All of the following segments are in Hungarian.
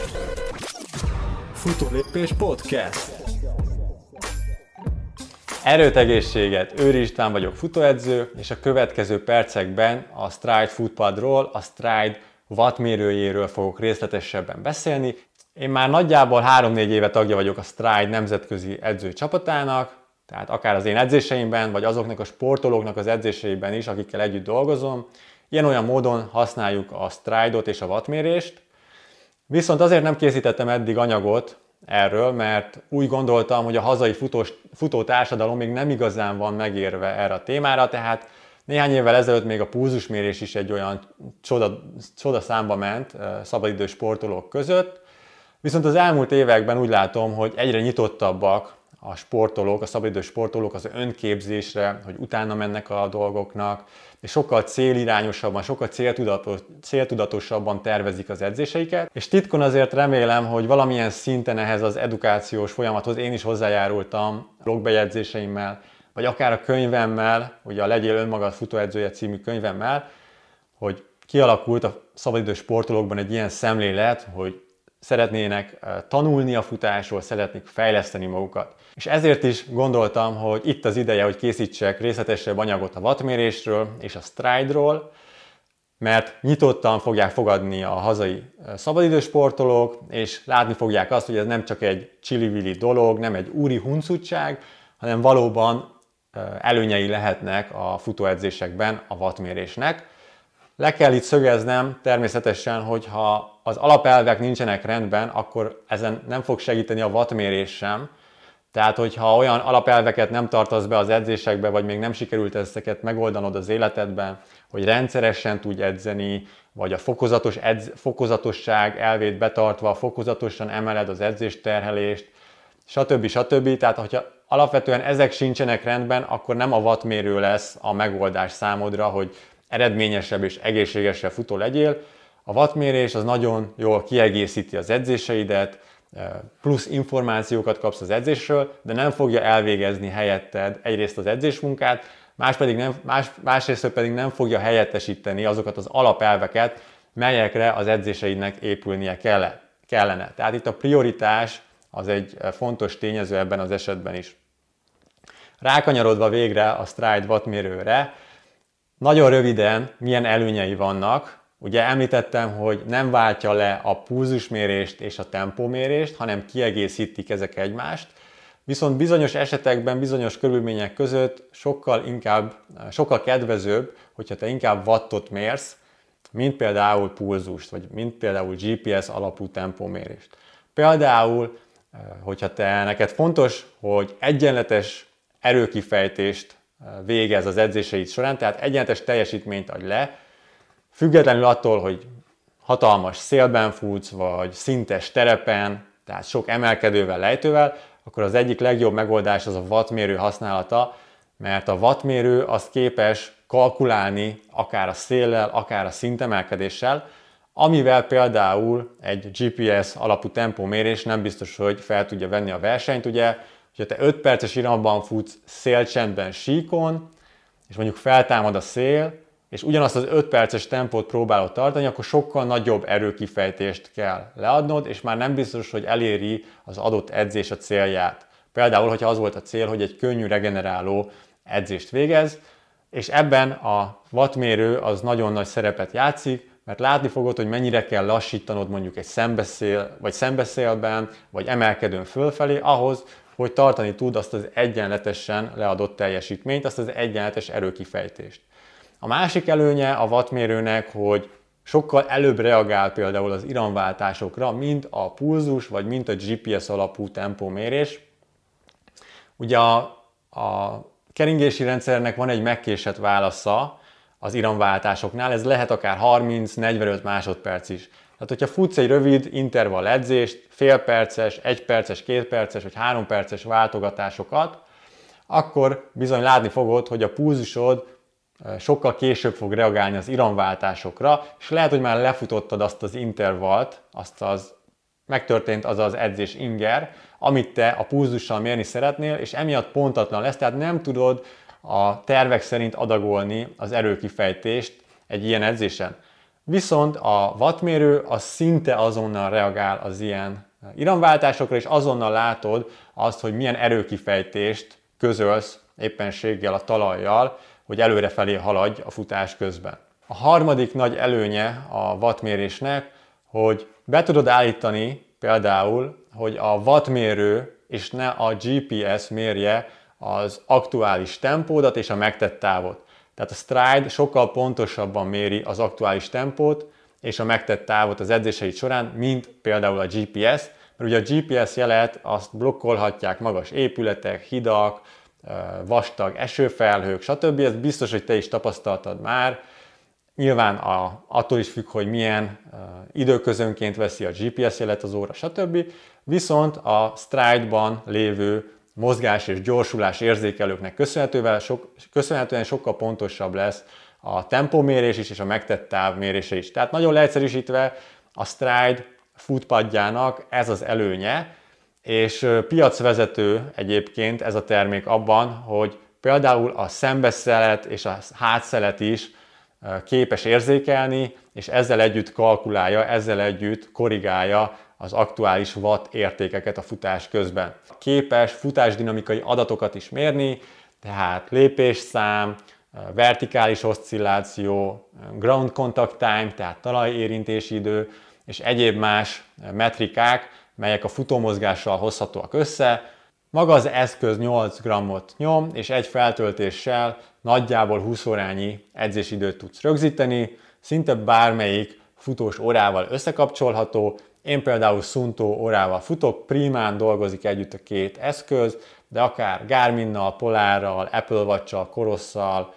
Futólépés Podcast. Erőt, egészséget! Őri István vagyok, futóedző, és a következő percekben a Stride Footpadról, a Stride wattmérőjéről fogok részletesebben beszélni. Én már nagyjából 3-4 éve tagja vagyok a Stride nemzetközi edzőcsapatának, tehát akár az én edzéseimben, vagy azoknak a sportolóknak az edzéseiben is, akikkel együtt dolgozom. Ilyen-olyan módon használjuk a Stride-ot és a wattmérést. Viszont azért nem készítettem eddig anyagot erről, mert úgy gondoltam, hogy a hazai futótársadalom még nem igazán van megérve erre a témára, tehát néhány évvel ezelőtt még a pulzusmérés is egy olyan csoda számba ment szabadidős sportolók között, viszont az elmúlt években úgy látom, hogy egyre nyitottabbak a sportolók, a szabadidős sportolók az önképzésre, hogy utána mennek a dolgoknak, és sokkal célirányosabban, sokkal céltudatosabban tervezik az edzéseiket. És titkon azért remélem, hogy valamilyen szinten ehhez az edukációs folyamathoz én is hozzájárultam blogbejegyzéseimmel, vagy akár a könyvemmel, ugye a Legyél önmagad futóedzője című könyvemmel, hogy kialakult a szabadidős sportolókban egy ilyen szemlélet, hogy szeretnének tanulni a futásról, szeretnék fejleszteni magukat. És ezért is gondoltam, hogy itt az ideje, hogy készítsek részletesebb anyagot a wattmérésről és a Stride-ról, mert nyitottan fogják fogadni a hazai szabadidős sportolók, és látni fogják azt, hogy ez nem csak egy csili-vili dolog, nem egy úri huncutság, hanem valóban előnyei lehetnek a futóedzésekben a wattmérésnek. Le kell itt szögeznem természetesen, hogy ha az alapelvek nincsenek rendben, akkor ezen nem fog segíteni a wattmérés sem. Tehát, hogyha olyan alapelveket nem tartasz be az edzésekbe, vagy még nem sikerült ezeket megoldanod az életedben, hogy rendszeresen tudj edzeni, vagy a fokozatosság elvét betartva, fokozatosan emeled az edzésterhelést, stb. Tehát, hogyha alapvetően ezek sincsenek rendben, akkor nem a wattmérő lesz a megoldás számodra, hogy eredményesebb és egészségesebb futó legyél. A wattmérés az nagyon jól kiegészíti az edzéseidet, plusz információkat kapsz az edzésről, de nem fogja elvégezni helyetted egyrészt az edzésmunkát, másrészt pedig nem fogja helyettesíteni azokat az alapelveket, melyekre az edzéseidnek épülnie kellene. Tehát itt a prioritás az egy fontos tényező ebben az esetben is. Rákanyarodva végre a Stride wattmérőre, nagyon röviden milyen előnyei vannak. Ugye említettem, hogy nem váltja le a pulzusmérést és a tempómérést, hanem kiegészítik ezek egymást. Viszont bizonyos esetekben, bizonyos körülmények között sokkal kedvezőbb, hogyha te inkább wattot mérsz, mint például pulzust, vagy mint például GPS alapú tempómérést. Például, hogyha neked fontos, hogy egyenletes erőkifejtést végez az edzéseid során, tehát egyenletes teljesítményt adj le, függetlenül attól, hogy hatalmas szélben futsz, vagy szintes terepen, tehát sok emelkedővel, lejtővel, akkor az egyik legjobb megoldás az a wattmérő használata, mert a wattmérő az képes kalkulálni akár a széllel, akár a szintemelkedéssel, amivel például egy GPS alapú tempómérés nem biztos, hogy fel tudja venni a versenyt. Ugye, hogyha te 5 perces iramban futsz szélcsendben síkon, és mondjuk feltámad a szél, és ugyanazt az 5 perces tempót próbálod tartani, akkor sokkal nagyobb erőkifejtést kell leadnod, és már nem biztos, hogy eléri az adott edzés a célját. Például, hogyha az volt a cél, hogy egy könnyű regeneráló edzést végez, és ebben a wattmérő az nagyon nagy szerepet játszik, mert látni fogod, hogy mennyire kell lassítanod mondjuk egy szembeszélben, vagy emelkedőn fölfelé, ahhoz, hogy tartani tud azt az egyenletesen leadott teljesítményt, azt az egyenletes erőkifejtést. A másik előnye a wattmérőnek, hogy sokkal előbb reagál például az iramváltásokra, mint a pulzus, vagy mint a GPS alapú tempómérés. Ugye a keringési rendszernek van egy megkésett válasza az iramváltásoknál, ez lehet akár 30-45 másodperc is. Tehát, hogyha futsz egy rövid intervall edzést, fél perces, 1 perces, 2 perces vagy 3 perces váltogatásokat, akkor bizony látni fogod, hogy a pulzusod sokkal később fog reagálni az iramváltásokra, és lehet, hogy már lefutottad azt az intervallt, megtörtént az az edzés inger, amit te a pulzussal mérni szeretnél, és emiatt pontatlan lesz, tehát nem tudod a tervek szerint adagolni az erőkifejtést egy ilyen edzésen. Viszont a wattmérő az szinte azonnal reagál az ilyen iramváltásokra, és azonnal látod azt, hogy milyen erőkifejtést közölsz éppenséggel a talajjal, hogy előrefelé haladj a futás közben. A harmadik nagy előnye a wattmérésnek, hogy be tudod állítani például, hogy a wattmérő és ne a GPS mérje az aktuális tempódat és a megtett távot. Tehát a Stride sokkal pontosabban méri az aktuális tempót és a megtett távot az edzéseid során, mint például a GPS, mert ugye a GPS jelet azt blokkolhatják magas épületek, hidak, vastag esőfelhők, stb. Ez biztos, hogy te is tapasztaltad már. Nyilván attól is függ, hogy milyen időközönként veszi a GPS jelet az óra, stb. Viszont a Stride-ban lévő mozgás és gyorsulás érzékelőknek köszönhetően sokkal pontosabb lesz a tempómérés is és a megtett távmérése is. Tehát nagyon leegyszerűsítve a Stride futpadjának ez az előnye, és piacvezető egyébként ez a termék abban, hogy például a szembeszelet és a hátszelet is képes érzékelni, és ezzel együtt kalkulálja, ezzel együtt korrigálja az aktuális watt értékeket a futás közben. Képes futásdinamikai adatokat is mérni, tehát lépésszám, vertikális oszcilláció, ground contact time, tehát talajérintési idő, és egyéb más metrikák, melyek a futómozgással hozhatóak össze. Maga az eszköz 8 grammot nyom, és egy feltöltéssel nagyjából 20 órányi edzésidőt tudsz rögzíteni, szinte bármelyik futós órával összekapcsolható. Én például Suunto órával futok, primán dolgozik együtt a két eszköz, de akár Garminnal, Polárral, Apple Watch-sal, Corosszal,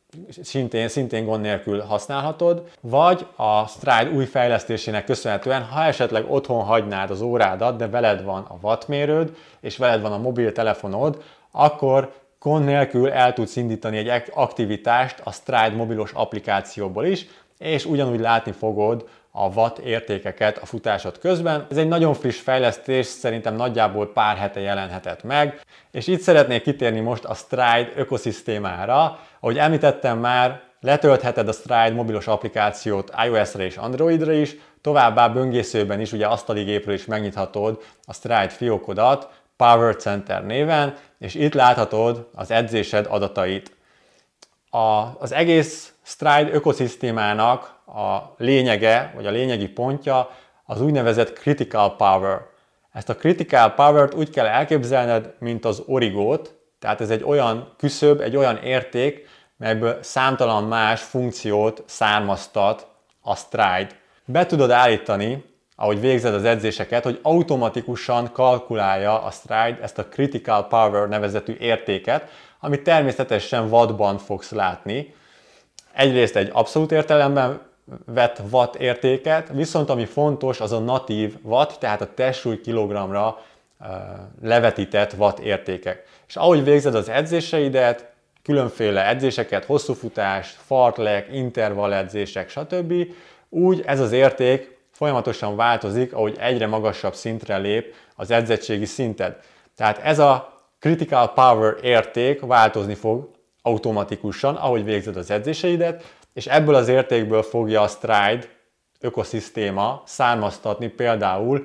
szintén gond nélkül használhatod, vagy a Stride új fejlesztésének köszönhetően, ha esetleg otthon hagynád az órádat, de veled van a wattmérőd, és veled van a mobiltelefonod, akkor gond nélkül el tudsz indítani egy aktivitást a Stride mobilos applikációból is, és ugyanúgy látni fogod a watt értékeket a futásod közben. Ez egy nagyon friss fejlesztés, szerintem nagyjából pár hete jelenhetett meg, és itt szeretnék kitérni most a Stride ökoszisztémára. Ahogy említettem már, letöltheted a Stride mobilos applikációt iOS-re és Androidra is, továbbá böngészőben is, ugye asztali gépről is megnyithatod a Stride fiókodat Power Center néven, és itt láthatod az edzésed adatait. Az egész Stride ökoszisztémának a lényege, vagy a lényegi pontja az úgynevezett Critical Power. Ezt a Critical Power-t úgy kell elképzelned, mint az origót, tehát ez egy olyan küszöb, egy olyan érték, melyből számtalan más funkciót származtat a Stride. Be tudod állítani, ahogy végzed az edzéseket, hogy automatikusan kalkulálja a Stride ezt a Critical Power nevezetű értéket, amit természetesen wattban fogsz látni. Egyrészt egy abszolút értelemben vett watt értéket, viszont ami fontos, az a natív watt, tehát a testsúly kilogramra levetített watt értékek. És ahogy végzed az edzéseidet, különféle edzéseket, hosszúfutást, fartlek, intervall edzések, stb. Úgy ez az érték folyamatosan változik, ahogy egyre magasabb szintre lép az edzettségi szinted. Tehát ez a Critical Power érték változni fog automatikusan, ahogy végzed az edzéseidet, és ebből az értékből fogja a Stride ökoszisztéma származtatni például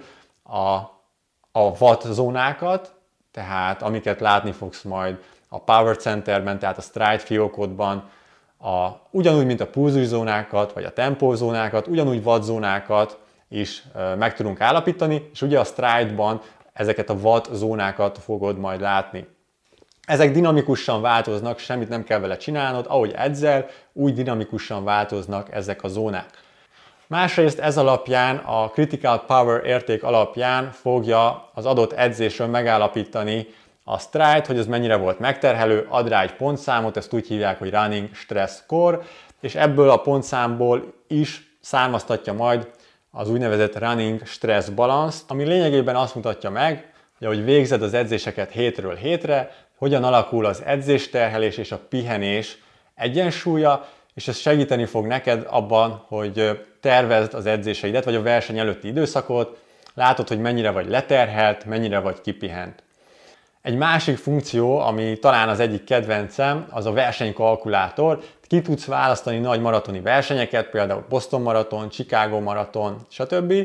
a watt zónákat, tehát amiket látni fogsz majd a Power Centerben, tehát a Stride fiókodban, ugyanúgy, mint a pulzuszónákat, vagy a tempózónákat, ugyanúgy watt zónákat is meg tudunk állapítani, és ugye a Stride-ban ezeket a watt zónákat fogod majd látni. Ezek dinamikusan változnak, semmit nem kell vele csinálnod, ahogy edzel, úgy dinamikusan változnak ezek a zónák. Másrészt ez alapján, a Critical Power érték alapján fogja az adott edzésről megállapítani a Stride, hogy ez mennyire volt megterhelő, ad rá egy pontszámot, ezt úgy hívják, hogy Running Stress Score, és ebből a pontszámból is származtatja majd az úgynevezett Running Stress Balance, ami lényegében azt mutatja meg, hogy ahogy végzed az edzéseket hétről hétre, hogyan alakul az edzésterhelés és a pihenés egyensúlya, és ez segíteni fog neked abban, hogy tervezd az edzéseidet, vagy a verseny előtti időszakot, látod, hogy mennyire vagy leterhelt, mennyire vagy kipihent. Egy másik funkció, ami talán az egyik kedvencem, az a versenykalkulátor. ki tudsz választani nagy maratoni versenyeket, például Boston maraton, Chicago maraton, stb.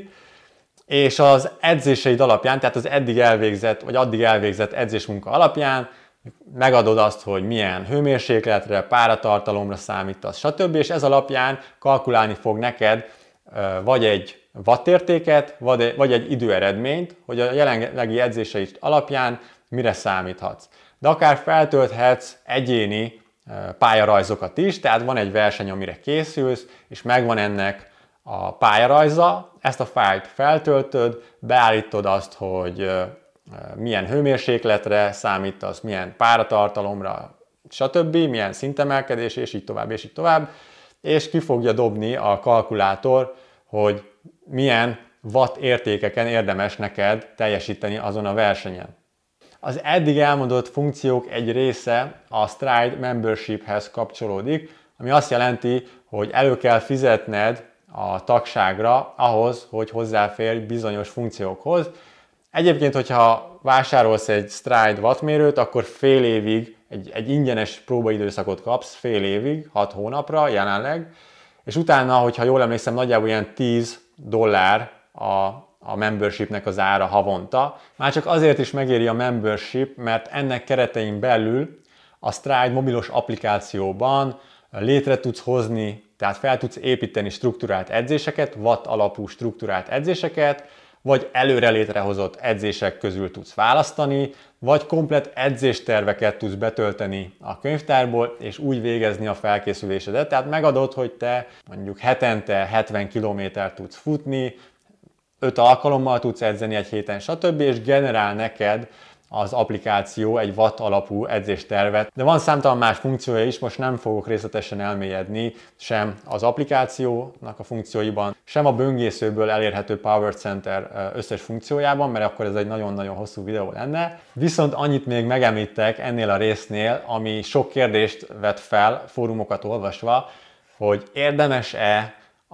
És az edzéseid alapján, tehát az addig elvégzett edzésmunka alapján megadod azt, hogy milyen hőmérsékletre, páratartalomra számítasz, stb. És ez alapján kalkulálni fog neked vagy egy wattértéket, vagy egy időeredményt, hogy a jelenlegi edzéseid alapján mire számíthatsz. De akár feltölthetsz egyéni pályarajzokat is, tehát van egy verseny, amire készülsz, és megvan ennek a pályarajza, ezt a fájlt feltöltöd, beállítod azt, hogy milyen hőmérsékletre számítasz, milyen páratartalomra, stb., milyen szintemelkedés, és így tovább, és ki fogja dobni a kalkulátor, hogy milyen watt értékeken érdemes neked teljesíteni azon a versenyen. Az eddig elmondott funkciók egy része a Stride Membershiphez kapcsolódik, ami azt jelenti, hogy elő kell fizetned a tagságra ahhoz, hogy hozzáférj bizonyos funkciókhoz. Egyébként, hogyha vásárolsz egy Stride wattmérőt, akkor fél évig, egy ingyenes próbaidőszakot kapsz, fél évig, 6 hónapra jelenleg, és utána, hogyha jól emlékszem, nagyjából ilyen $10 a membershipnek az ára havonta. Már csak azért is megéri a membership, mert ennek keretein belül a Stride mobilos applikációban létre tudsz hozni, tehát fel tudsz építeni strukturált edzéseket, watt alapú strukturált edzéseket, vagy előre létrehozott edzések közül tudsz választani, vagy komplett edzésterveket tudsz betölteni a könyvtárból, és úgy végezni a felkészülésedet. Tehát megadod, hogy te mondjuk hetente 70 kilométert tudsz futni, 5 alkalommal tudsz edzeni egy héten, stb. És generál neked az applikáció egy watt alapú edzéstervet. De van számtalan más funkciója is, most nem fogok részletesen elmélyedni sem az applikációnak a funkcióiban, sem a böngészőből elérhető Power Center összes funkciójában, mert akkor ez egy nagyon-nagyon hosszú videó lenne. Viszont annyit még megemlítek ennél a résznél, ami sok kérdést vet fel fórumokat olvasva, hogy érdemes-e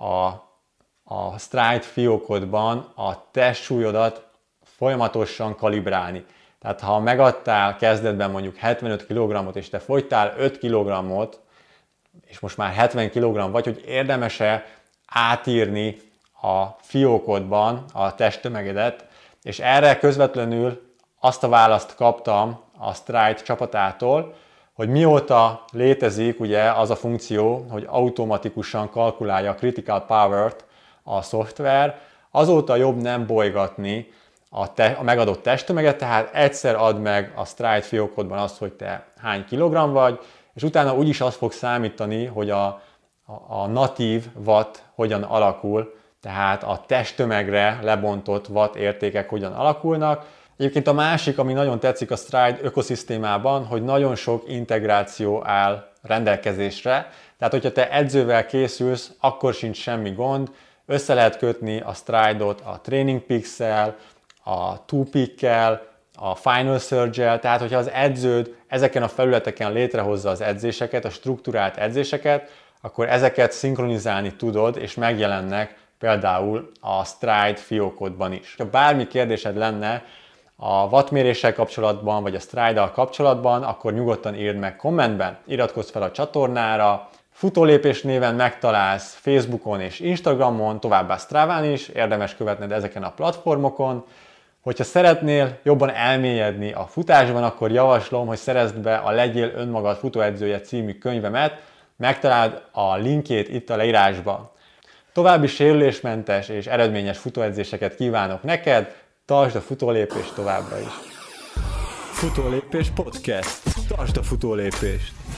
a Stride fiókodban a testsúlyodat folyamatosan kalibrálni. Tehát ha megadtál kezdetben mondjuk 75 kg-ot, és te fogytál 5 kg-ot, és most már 70 kg vagy, hogy érdemes-e átírni a fiókodban a testtömegedet, és erre közvetlenül azt a választ kaptam a Stride csapatától, hogy mióta létezik ugye az a funkció, hogy automatikusan kalkulálja a critical power-t a szoftver, azóta jobb nem bolygatni a megadott testtömeget, tehát egyszer add meg a Stride fiókodban azt, hogy te hány kilogramm vagy, és utána úgyis azt fog számítani, hogy a natív watt hogyan alakul, tehát a testtömegre lebontott watt értékek hogyan alakulnak. Egyébként a másik, ami nagyon tetszik a Stride ökoszisztémában, hogy nagyon sok integráció áll rendelkezésre, tehát hogyha te edzővel készülsz, akkor sincs semmi gond, össze lehet kötni a Stride-ot a Training Peaks-szel, a Two-Peak-kel, a Final Surge-el, tehát hogyha az edződ ezeken a felületeken létrehozza az edzéseket, a strukturált edzéseket, akkor ezeket szinkronizálni tudod, és megjelennek például a Stride fiókodban is. Ha bármi kérdésed lenne a wattméréssel kapcsolatban, vagy a Stride-dal kapcsolatban, akkor nyugodtan írd meg kommentben, iratkozz fel a csatornára, Futólépés néven megtalálsz Facebookon és Instagramon, továbbá Stráván is, érdemes követned ezeken a platformokon. Hogyha szeretnél jobban elmélyedni a futásban, akkor javaslom, hogy szerezd be a Legyél önmagad futóedzője című könyvemet, megtalálod a linkjét itt a leírásban. További sérülésmentes és eredményes futóedzéseket kívánok neked, tartsd a futólépést továbbra is! Futólépés Podcast. Tartsd a futólépést!